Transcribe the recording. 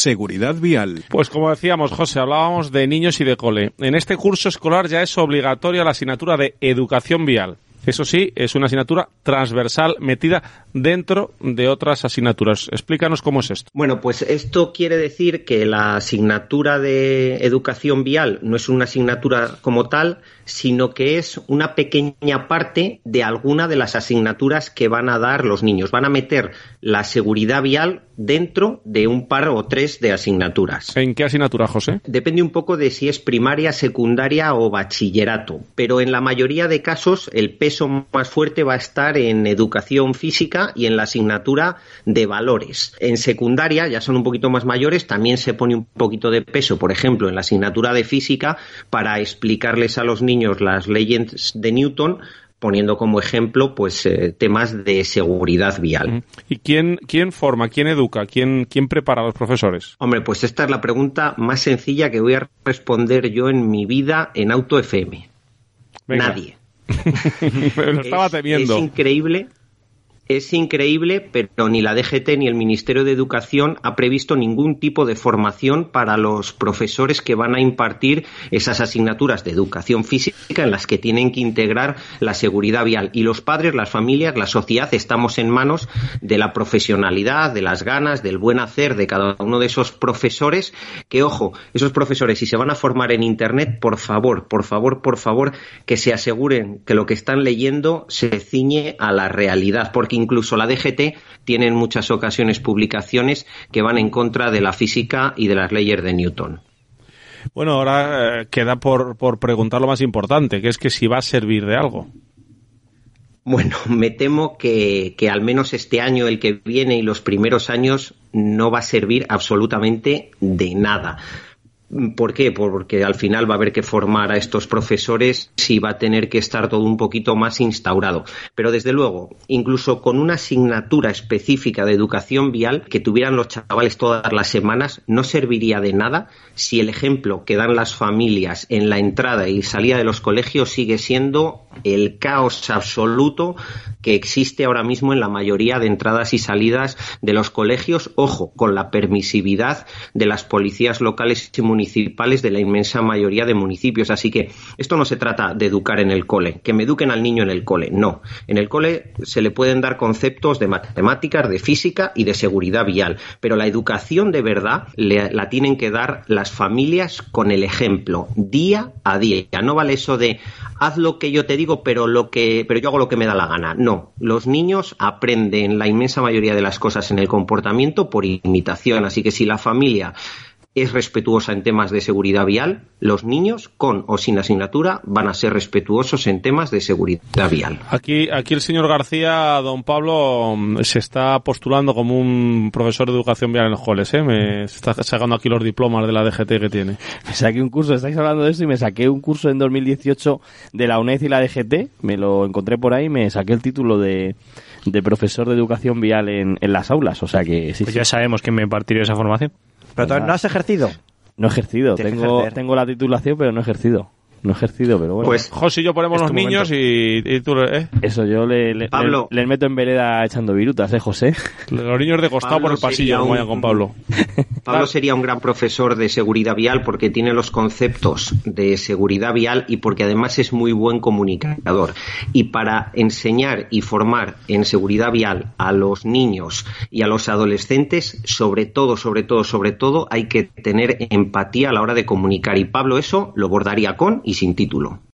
Seguridad vial. Pues como decíamos, José, hablábamos de niños y de cole. En este curso escolar ya es obligatoria la asignatura de educación vial. Eso sí, es una asignatura transversal metida dentro de otras asignaturas. Explícanos cómo es esto. Bueno, pues esto quiere decir que la asignatura de educación vial no es una asignatura como tal, sino que es una pequeña parte de alguna de las asignaturas que van a dar los niños. Van a meter la seguridad vial dentro de un par o tres de asignaturas. ¿En qué asignatura, José? Depende un poco de si es primaria, secundaria o bachillerato, pero en la mayoría de casos el peso más fuerte va a estar en educación física y en la asignatura de valores. En secundaria, ya son un poquito más mayores, también se pone un poquito de peso, por ejemplo, en la asignatura de física para explicarles a los niños las leyes de Newton, poniendo como ejemplo pues temas de seguridad vial. ¿Y quién forma, quién educa, quién prepara a los profesores? Hombre, pues esta es la pregunta más sencilla que voy a responder yo en mi vida en Auto FM. Venga. Nadie. Me lo estaba temiendo. Es increíble, pero ni la DGT ni el Ministerio de Educación ha previsto ningún tipo de formación para los profesores que van a impartir esas asignaturas de educación física en las que tienen que integrar la seguridad vial. Y los padres, las familias, la sociedad, estamos en manos de la profesionalidad, de las ganas, del buen hacer de cada uno de esos profesores, que, ojo, esos profesores, si se van a formar en Internet, por favor, que se aseguren que lo que están leyendo se ciñe a la realidad, porque incluso la DGT tiene en muchas ocasiones publicaciones que van en contra de la física y de las leyes de Newton. Bueno, ahora queda por preguntar lo más importante, que es que si va a servir de algo. Bueno, me temo que al menos este año, el que viene y los primeros años, no va a servir absolutamente de nada. ¿Por qué? Porque al final va a haber que formar a estos profesores y va a tener que estar todo un poquito más instaurado. Pero desde luego, incluso con una asignatura específica de educación vial que tuvieran los chavales todas las semanas, no serviría de nada si el ejemplo que dan las familias en la entrada y salida de los colegios sigue siendo el caos absoluto que existe ahora mismo en la mayoría de entradas y salidas de los colegios. Ojo, con la permisividad de las policías locales y municipales de la inmensa mayoría de municipios. Así que esto no se trata de educar en el cole, que me eduquen al niño en el cole, no. En el cole se le pueden dar conceptos de matemáticas, de física y de seguridad vial, pero la educación de verdad la tienen que dar las familias con el ejemplo, día a día. No vale eso de haz lo que yo te digo, pero yo hago lo que me da la gana. No, los niños aprenden la inmensa mayoría de las cosas en el comportamiento por imitación, así que si la familia es respetuosa en temas de seguridad vial, los niños, con o sin asignatura, van a ser respetuosos en temas de seguridad vial. Aquí el señor García, don Pablo, se está postulando como un profesor de educación vial en los coles, me está sacando aquí los diplomas de la DGT que tiene. Me saqué un curso, estáis hablando de eso, y me saqué un curso en 2018 de la UNED y la DGT, me lo encontré por ahí, me saqué el título de profesor de educación vial en las aulas, o sea que sí. Pues ya sabemos quién me impartió esa formación. ¿Pero no has ejercido? No he ejercido, tengo la titulación, pero no he ejercido. Pero bueno. Pues José y yo ponemos los niños y tú, Eso, yo Pablo, le meto en vereda echando virutas, José. Los niños de costado por el pasillo, no vayan con Pablo. Pablo sería un gran profesor de seguridad vial porque tiene los conceptos de seguridad vial y porque además es muy buen comunicador. Y para enseñar y formar en seguridad vial a los niños y a los adolescentes, sobre todo, hay que tener empatía a la hora de comunicar. Y Pablo eso lo bordaría con y sin título.